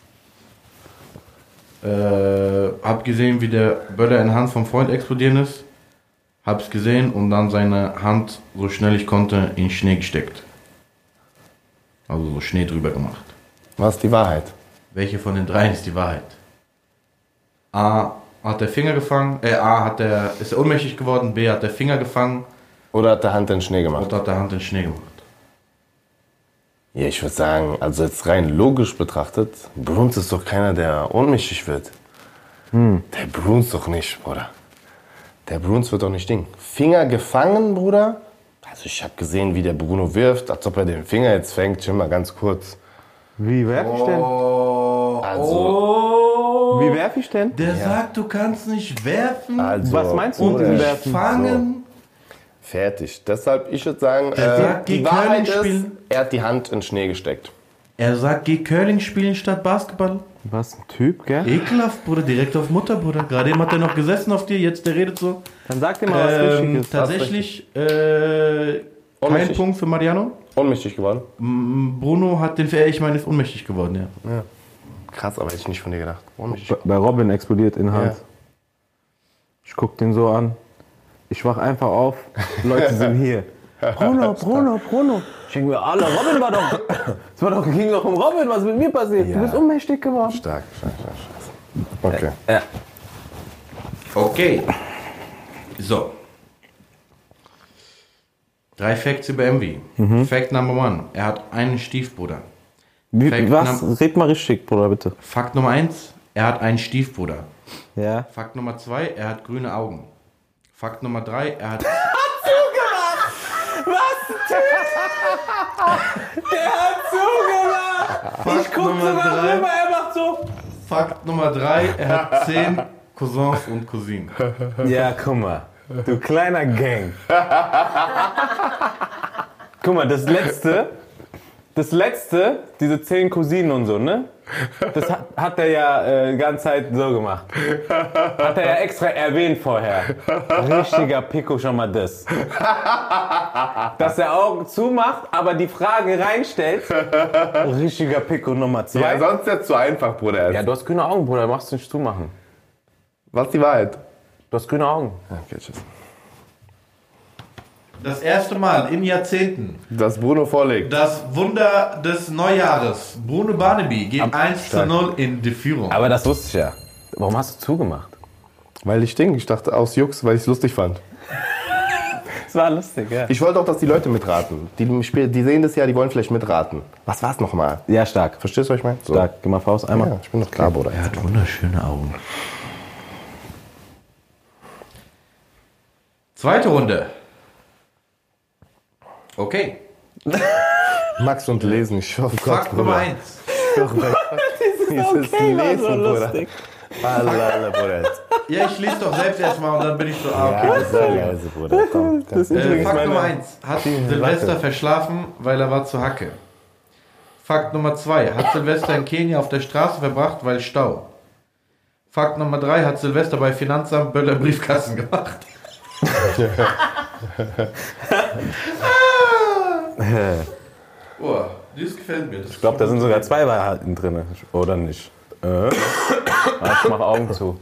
Hab gesehen, wie der Böller in der Hand vom Freund explodiert ist. Hab's gesehen und dann seine Hand, so schnell ich konnte, in Schnee gesteckt. Also so Schnee drüber gemacht. Was ist die Wahrheit? Welche von den 3 ist die Wahrheit? A. Hat der Finger gefangen, A. Ist er ohnmächtig geworden, B. Hat der Finger gefangen Oder hat der Hand in den Schnee gemacht? und hat der Hand in Schnee gemacht. Ja, ich würde sagen, also jetzt rein logisch betrachtet, Bruns ist doch keiner, der ohnmächtig wird. Der Bruns doch nicht, Bruder. Der Bruns wird doch nicht Ding. Finger gefangen, Bruder? Also ich habe gesehen, wie der Bruno wirft, als ob er den Finger jetzt fängt. Chill mal ganz kurz. Wie werf ich denn? Also, Wie werf ich denn? Der sagt, du kannst nicht werfen Was meinst du mit Bruder, dem Werfen? fangen. fertig. Deshalb, ich würde sagen, Der sagt, die geh Wahrheit Curling ist, spielen. er hat die Hand in Schnee gesteckt. Er sagt, geh Curling spielen statt Basketball. Was, ein Typ, gell? Ekelhaft, Bruder, direkt auf Mutter, Bruder. Gerade eben hat er noch gesessen auf dir, jetzt der redet so. Dann sag dir mal, was richtig ist. Tatsächlich, kein Ohnmächtig. Punkt für Mariano. Ohnmächtig geworden? Bruno hat den ist ohnmächtig geworden, ja. Krass, aber hätte ich nicht von dir gedacht. Ohnmächtig. Bei Robin explodiert in Hand. Ja. Ich guck den so an. Ich wach einfach auf. Leute sind hier. Bruno. Ich denke mir, alle, Robin war doch. Ging doch um Robin, was ist mit mir passiert? Ja. Du bist ohnmächtig geworden. Stark. Okay. Okay. So. 3 Facts über Envy. Fact Number 1. Er hat einen Stiefbruder. Fact Was? Red mal richtig, Bruder, bitte. Fakt Nummer 1. Er hat einen Stiefbruder. Ja. Fakt Nummer 2. Er hat grüne Augen. Fakt Nummer 3. Er hat... Der hat zugemacht! Fakt Nummer 3. Er macht so. Fakt Nummer 3. Er hat Cousins und Cousinen. Ja, guck mal. Du kleiner Gang. Guck mal, das letzte, diese 10 Cousinen und so, ne? Das hat er ja die ganze Zeit so gemacht. Hat er ja extra erwähnt vorher. Richtiger Pico schon mal das. Dass er Augen zumacht, aber die Frage reinstellt. Richtiger Pico Nummer 2. Ja, sonst ist das zu einfach, Bruder. Ja, du hast grüne Augen, Bruder, machst du nicht zumachen. Was ist die Wahrheit? Du hast grüne Augen. Okay, tschüss. Das erste Mal in Jahrzehnten. Das Bruno vorlegt. Das Wunder des Neujahres. Bruno Barnaby geht 1:0 in die Führung. Aber das wusste ich ja. Warum hast du zugemacht? Weil ich denke, ich dachte aus Jux, weil ich es lustig fand. Das war lustig, ja. Ich wollte auch, dass die Leute mitraten. Die sehen das ja, die wollen vielleicht mitraten. Was war's nochmal? Ja, stark. Verstehst du, was ich meine? So. Stark. Gib mal Faust einmal. Ja, ich bin doch klar, Bruder. Er hat wunderschöne Augen. Zweite Runde. Okay. Max und Lesen, ich hoffe, Fakt Nummer 1. Dieses Lesen, Bruder. Alala, Bruder. Ja, ich lese doch selbst erstmal und dann bin ich so, okay. Sei leise, Bruder. Komm. Fakt Nummer 1. Hat Silvester verschlafen, weil er war zu Hacke. Fakt Nummer 2. Hat Silvester in Kenia auf der Straße verbracht, weil Stau. Fakt Nummer 3. Hat Silvester bei Finanzamt Böller Briefkasten gemacht. Boah, das gefällt mir. Ich glaube, da sind sogar 2 Wahrheiten drin. Oder nicht? Ich mache Augen zu.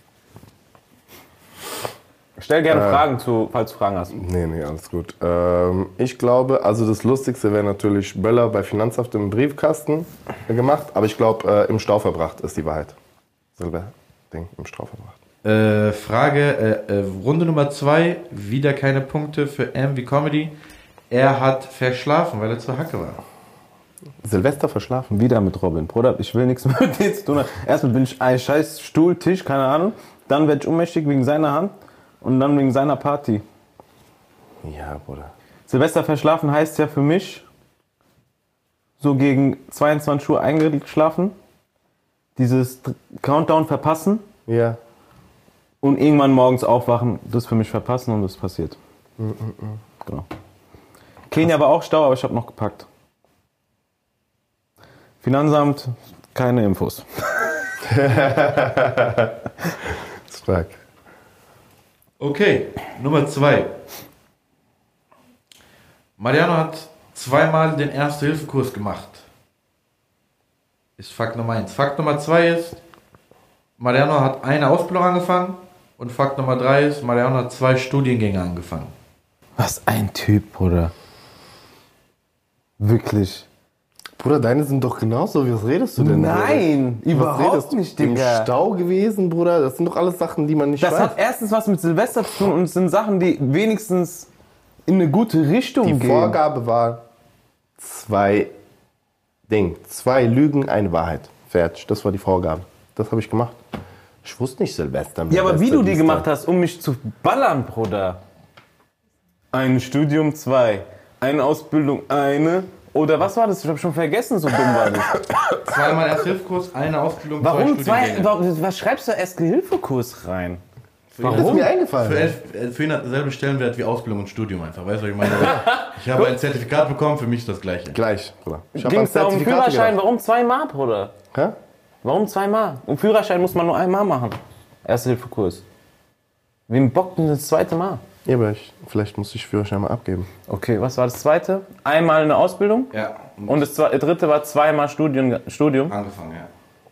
Stell gerne Fragen zu, falls du Fragen hast. Nee, alles gut. Ich glaube, also das Lustigste wäre natürlich Böller bei Finanzamt im Briefkasten gemacht, aber ich glaube, im Stau verbracht ist die Wahrheit. Silber-Ding, im Stau verbracht. Frage, Runde Nummer 2, wieder keine Punkte für MV Comedy. Er hat verschlafen, weil er zur Hacke war. Silvester verschlafen? Wieder mit Robin. Bruder, ich will nichts mit dir zu tun haben. Erstmal bin ich ein scheiß Stuhl, Tisch, keine Ahnung. Dann werde ich ohnmächtig wegen seiner Hand und dann wegen seiner Party. Ja, Bruder. Silvester verschlafen heißt ja für mich so gegen 22 Uhr eingeschlafen, dieses Countdown verpassen. Ja. Und irgendwann morgens aufwachen, das für mich verpassen und das passiert. Genau. Kenia war auch Stau, aber ich habe noch gepackt. Finanzamt, keine Infos. Stark. Okay, Nummer 2. Mariano hat 2-mal den Erste-Hilfe-Kurs gemacht. Ist Fakt Nummer 1. Fakt Nummer 2 ist, Mariano hat eine Ausbildung angefangen. Und Fakt Nummer 3 ist, Mariano hat 2 Studiengänge angefangen. Was ein Typ, Bruder. Wirklich. Bruder, deine sind doch genauso. Was redest du denn? Nein, Bruder? überhaupt nicht, Digga. Im Stau gewesen, Bruder? Das sind doch alles Sachen, die man nicht Das weiß. hat erstens was mit Silvester zu tun und es sind Sachen, die wenigstens in eine gute Richtung Die gehen. Vorgabe war 2 Lügen, eine Wahrheit. Fertig. Das war die Vorgabe. Das habe ich gemacht. Ich wusste nicht Silvester. Ja, aber wie du die gemacht hast, um mich zu ballern, Bruder. Ein Studium 2, eine Ausbildung 1. Oder was war das? Ich habe schon vergessen, so dumm war das. 2-mal Erste-Hilfe-Kurs, eine Ausbildung, 2 Warum 2? Studiengänge. Was schreibst du Erste-Hilfe-Kurs rein? Das ist mir eingefallen. Für ihn hat derselbe Stellenwert wie Ausbildung und Studium einfach. Weißt du, was ich meine? Ich habe ein Zertifikat bekommen, für mich ist das Gleiche. Gleich, Bruder. Ich hab Ging an es da um Zertifikate Führerschein? gedacht. Warum 2-mal, Bruder? Hä? Warum 2-mal? Um Führerschein muss man nur einmal machen. Erste-Hilfe-Kurs. Wem bockt denn das 2. Mal? Ja, aber vielleicht muss ich Führerschein mal abgeben. Okay, was war das 2.? Einmal eine Ausbildung Ja. und das 3. war 2-mal Studium. Angefangen, ja.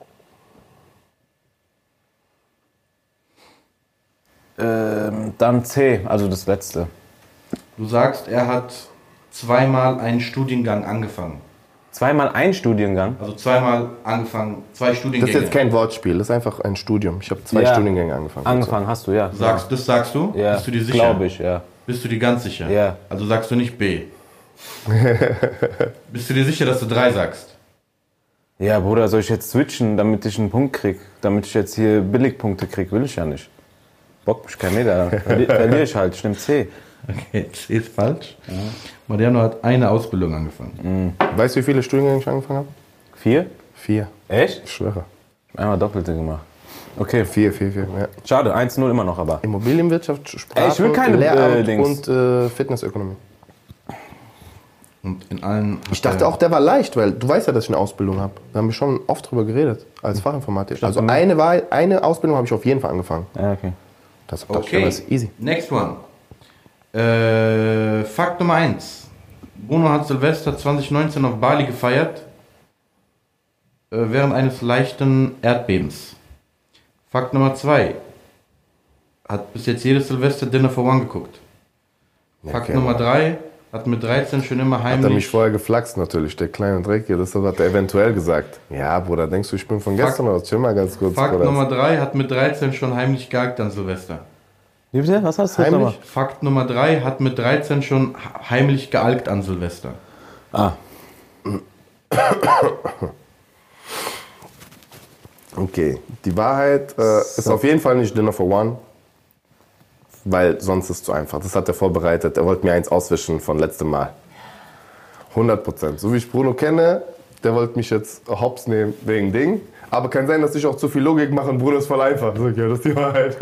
Dann C, also das letzte. Du sagst, er hat 2-mal einen Studiengang angefangen. 2-mal ein Studiengang. Also 2-mal angefangen, 2 Das Studiengänge. ist jetzt kein Wortspiel, das ist einfach ein Studium. Ich habe 2 Ja. Studiengänge angefangen. Angefangen hast du, ja. Das sagst du? Ja, Bist du dir sicher? glaube ich, ja. Bist du dir ganz sicher? Ja. Also sagst du nicht B. Bist du dir sicher, dass du 3 sagst? Ja, Bruder, soll ich jetzt switchen, damit ich einen Punkt krieg? Damit ich jetzt hier Billigpunkte krieg? Will ich ja nicht. Bock mich kein Meter. Verliere ich halt, ich nehm C. Okay, C ist falsch. Ja. Mariano hat eine Ausbildung angefangen. Weißt du, wie viele Studiengänge ich angefangen habe? 4? 4. Echt? Ich schwöre. Einmal Doppelte gemacht. Okay, 4, ja. schade, 1-0 immer noch, aber. Immobilienwirtschaft, Sprache, Ey, ich will keine, Lehramt Dings. und Fitnessökonomie. Und in allen. Ich dachte auch, der war leicht, weil du weißt ja, dass ich eine Ausbildung habe. Da haben wir schon oft drüber geredet, als Fachinformatiker. Also eine Ausbildung habe ich auf jeden Fall angefangen. Ja, okay. Das Okay, das ist easy. next one. Fakt Nummer 1. Bruno hat Silvester 2019 auf Bali gefeiert, während eines leichten Erdbebens. Fakt Nummer 2. Hat bis jetzt jedes Silvester Dinner for One geguckt. Fakt okay. Nummer 3. Hat mit 13 schon immer Hat er mich heimlich... vorher geflaxt natürlich, der kleine Dreck hier. Das hat er eventuell gesagt. Ja, Bruder, denkst du, ich bin von gestern aus? Chill mal ganz kurz. Fakt Bruder. Nummer 3. Hat mit 13 schon heimlich geaggt an Silvester. Wie bitte? Was hast du jetzt Heimlich? nochmal? Fakt Nummer 3. Hat mit 13 schon heimlich gealkt an Silvester. Ah, Okay, die Wahrheit ist auf jeden Fall nicht Dinner for One, weil sonst ist es zu einfach. Das hat er vorbereitet. Er wollte mir eins auswischen von letztem Mal. 100%. So wie ich Bruno kenne, der wollte mich jetzt hops nehmen wegen Ding. Aber kann sein, dass ich auch zu viel Logik mache und Bruno ist voll einfach. So, ja, das ist die Wahrheit.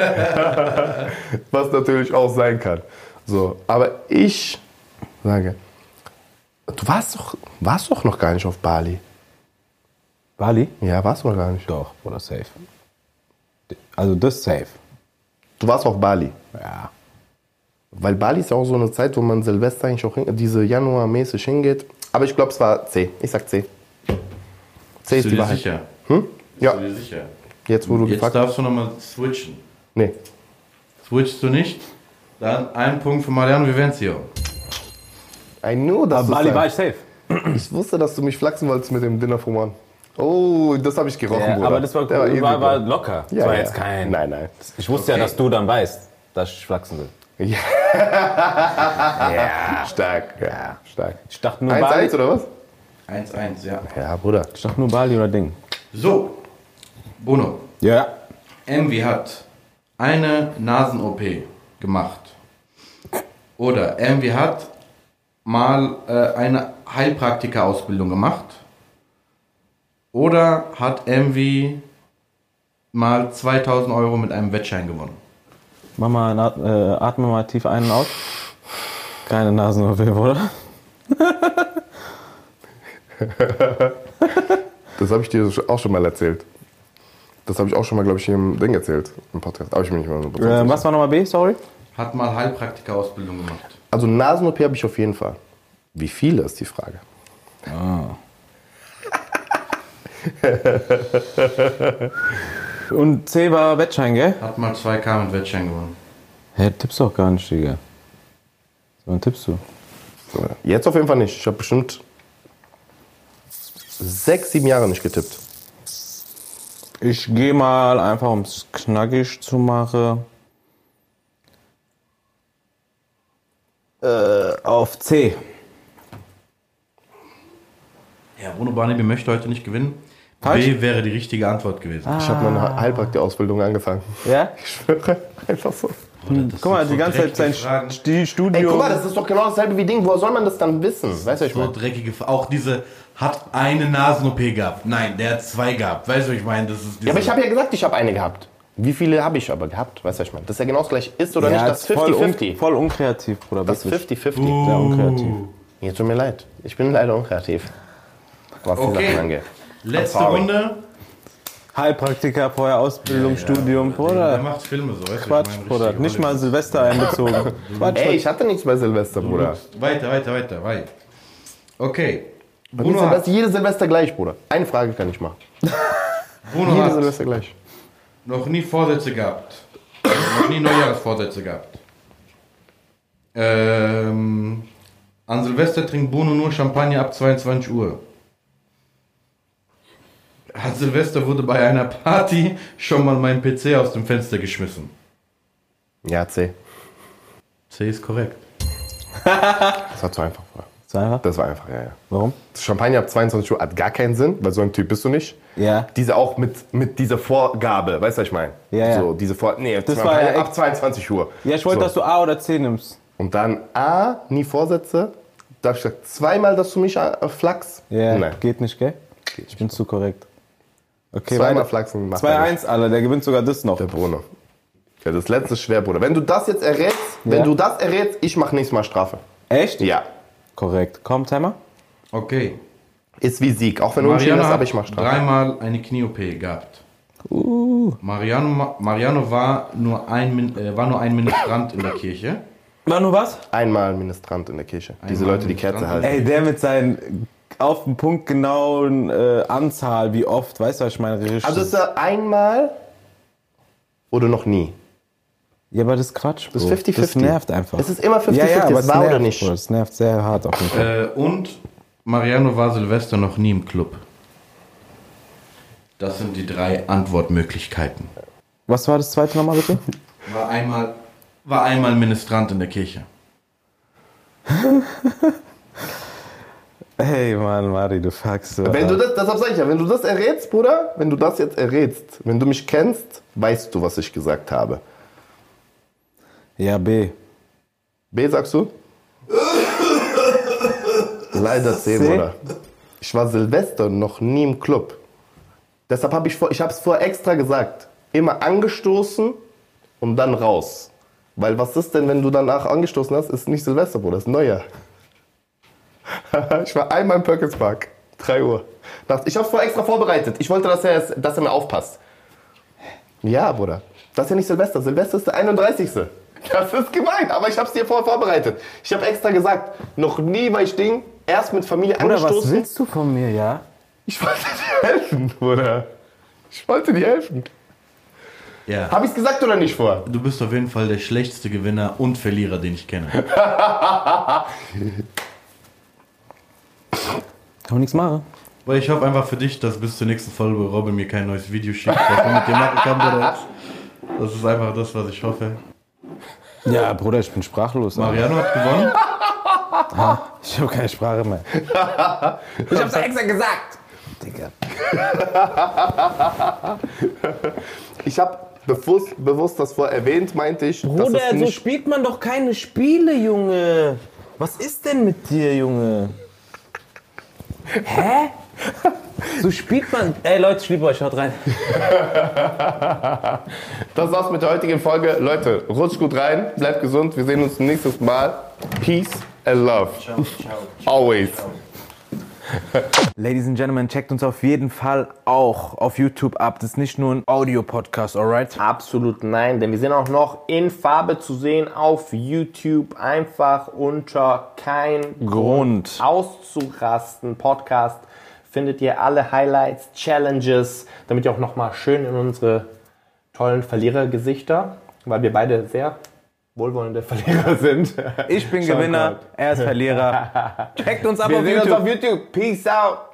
Was natürlich auch sein kann. So, aber ich sage, du warst doch noch gar nicht auf Bali. Bali? Ja, warst du noch gar nicht. Doch, oder safe. Also das safe. Du warst auf Bali. Ja. Weil Bali ist ja auch so eine Zeit, wo man Silvester eigentlich auch diese Januar-mäßig hingeht. Aber ich glaube, es war C. Ich sag C. C ist Bist du die dir Wahrheit. sicher? Ja, Bist du dir sicher? jetzt wo du Jetzt gefragt hast. darfst du nochmal switchen. Nee. Switchst du nicht? Dann ein Punkt für Mariano Vivenzio. I knew, dass Bali war du's ich safe. sagst. Ich wusste, dass du mich flachsen wolltest mit dem Dinner for One. Oh, das habe ich gerochen, Ja, Bruder. aber das war, Der war, easy, war, Bruder. locker. Ja, das war ja. jetzt kein... Nein. Ich wusste ja, dass du dann weißt, dass ich flachsen will. Ja. Stark, ja, stark. Ich dachte nur 1-1 Bali. oder was? 1-1, ja. Ja, Bruder. Ich dachte nur Bali oder Ding. So, Bruno. Ja. Envy hat eine Nasen-OP gemacht. Oder Envy hat mal eine Heilpraktiker-Ausbildung gemacht. Oder hat Envy mal 2000 Euro mit einem Wettschein gewonnen. Mach mal, atme mal tief ein und aus. Keine Nasen-OP, oder? Das habe ich dir auch schon mal erzählt. Das habe ich auch schon mal, glaube ich, hier im Ding erzählt, im Podcast. Aber ich bin nicht mehr 100% sicher. Was war nochmal B, sorry? Hat mal Heilpraktiker-Ausbildung gemacht. Also Nasen-OP habe ich auf jeden Fall. Wie viele ist die Frage? Und C war Wettschein, gell? Hat mal 2K mit Wettschein gewonnen. Hä, tippst du auch gar nicht, Digga. Wann tippst du? So, jetzt auf jeden Fall nicht. Ich habe bestimmt 6, 7 Jahre nicht getippt. Ich gehe mal einfach, um es knackig zu machen. Auf C. Ja, Bruno Barnaby möchte heute nicht gewinnen. Falsch. B wäre die richtige Antwort gewesen. Ich habe meine Heilpraktiker-Ausbildung angefangen. Ja? Ich schwöre, einfach so. Guck mal, die ganze Zeit sein Fragen. Studio. Ey, guck mal, das ist doch genau dasselbe wie Ding. Woher soll man das dann wissen? Weißt du, ich So meine? dreckige auch diese hat eine Nasen-OP gehabt. Nein, der hat 2 gehabt. Weißt du, ich meine, das ist diese Ja, aber ich habe ja gesagt, ich habe eine gehabt. Wie viele habe ich aber gehabt? Weißt du, ich meine? Dass er genau das gleich ist oder nicht, das 50-50. Voll unkreativ, Bruder. Das wirklich. 50-50. Sehr unkreativ. Mir tut mir leid. Ich bin leider unkreativ. Was die Okay. Sachen angeht. letzte sorry. Runde. Heilpraktiker, vorher Ausbildung, Studium, Der Bruder. macht Filme so, weißt du, Quatsch, ich meine, Bruder. richtige Nicht mal Hollywood. Silvester einbezogen. Quatsch, Ey, ich hatte nichts bei Silvester, Bruder. Weiter. Okay. Bei mir Bruno ist hat, Silvester, jede Silvester gleich, Bruder. Eine Frage kann ich machen. Bruno Jede hat Silvester gleich. noch nie Vorsätze gehabt. Noch nie Neujahrsvorsätze gehabt. An Silvester trinkt Bruno nur Champagner ab 22 Uhr. An Silvester wurde bei einer Party schon mal mein PC aus dem Fenster geschmissen. Ja, C. C ist korrekt. Das war zu einfach, Bruder. So einfach. Das war einfach, ja. Warum? Champagner ab 22 Uhr hat gar keinen Sinn, weil so ein Typ bist du nicht. Ja. Diese auch mit dieser Vorgabe, weißt du, was ich meine? Ja, ja. So, diese nee, Das Champagner war ja ab 22 Uhr. Ja, ich wollte, so. dass du A oder C nimmst. Und dann A, nie Vorsätze. Da hab ich gesagt, zweimal, dass du mich flachst. Ja, Nein. geht nicht, gell? Ich bin zu korrekt. Okay, Zweimal weiter. Flachsen macht er nicht. 2-1, Alter, der gewinnt sogar das noch. Der Bruno. Ja, das letzte ist schwer, Bruder. Wenn du das jetzt errätst, ich mach nächstes Mal Strafe. Echt? Ja. Korrekt. Komm, Timer. Okay. Ist wie Sieg. Auch wenn du unentschieden Mariano ist, hat aber ich mach Strafe. 3-mal eine Knie-OP gehabt. Mariano war nur ein Ministrant in der Kirche. War nur was? Einmal Ministrant in der Kirche. Diese Einmal Leute, die Kerze Ministrant. halten. Ey, der mit seinen auf den Punkt genauen Anzahl, wie oft, weißt du, was ich meine? Richtig. Also ist er einmal oder noch nie? Ja, aber das ist Quatsch, Bro. Das ist 50-50. Das nervt einfach. Es ist immer 50-50, ja, aber es war nervt, oder nicht. Bro. Das nervt sehr hart auf jeden Fall. Und Mariano war Silvester noch nie im Club. Das sind die 3 Antwortmöglichkeiten. Was war das zweite nochmal, bitte? War einmal Ministrant in der Kirche. Hey, Mann, Mari, du fuckst so. Wenn du das, deshalb sag ich ja, wenn du das errätst, Bruder, wenn du das jetzt errätst, wenn du mich kennst, weißt du, was ich gesagt habe. Ja, B. B sagst du? Leider C, C? Bruder. Ich war Silvester noch nie im Club. Deshalb habe ich es vorher extra gesagt. Immer angestoßen und dann raus. Weil was ist denn, wenn du danach angestoßen hast, ist nicht Silvester, Bruder, ist Neujahr. Ich war einmal im Perkins Park, 3 Uhr. Ich habe es vorher extra vorbereitet. Ich wollte, dass er mir aufpasst. Ja, Bruder. Das ist ja nicht Silvester. Silvester ist der 31. Das ist gemein, aber ich habe es dir vorher vorbereitet. Ich habe extra gesagt, noch nie war ich erst mit Familie Bruder, angestoßen. was willst du von mir, ja? Ich wollte dir helfen, Bruder. Ich wollte dir helfen. Ja. Habe ich es gesagt oder nicht vor? Du bist auf jeden Fall der schlechteste Gewinner und Verlierer, den ich kenne. Kann man nichts machen. Weil ich hoffe einfach für dich, dass bis zur nächsten Folge Robin mir kein neues Video schickt, was man mit dir machen kann, Bruder. Das ist einfach das, was ich hoffe. Ja, Bruder, ich bin sprachlos. Alter. Mariano hat gewonnen. Ich habe keine Sprache mehr. Ich hab's extra gesagt. Digga. Ich habe bewusst das vorher erwähnt, meinte ich. dass Bruder, es so nicht spielt man doch keine Spiele, Junge. Was ist denn mit dir, Junge? Hä? So spielt man... Ey, Leute, ich liebe euch, schaut rein. Das war's mit der heutigen Folge. Leute, rutscht gut rein, bleibt gesund. Wir sehen uns nächstes Mal. Peace and love. Ciao, ciao. Always. Ladies and Gentlemen, checkt uns auf jeden Fall auch auf YouTube ab. Das ist nicht nur ein Audio-Podcast, alright? Absolut nein, denn wir sind auch noch in Farbe zu sehen auf YouTube. Einfach unter kein Grund auszurasten. Podcast findet ihr alle Highlights, Challenges, damit ihr auch nochmal schön in unsere tollen Verlierergesichter, weil wir beide sehr wohlwollende Verlierer sind. Ich bin Gewinner, er ist Verlierer. Checkt uns ab Wir auf sehen uns YouTube. auf YouTube. Peace out.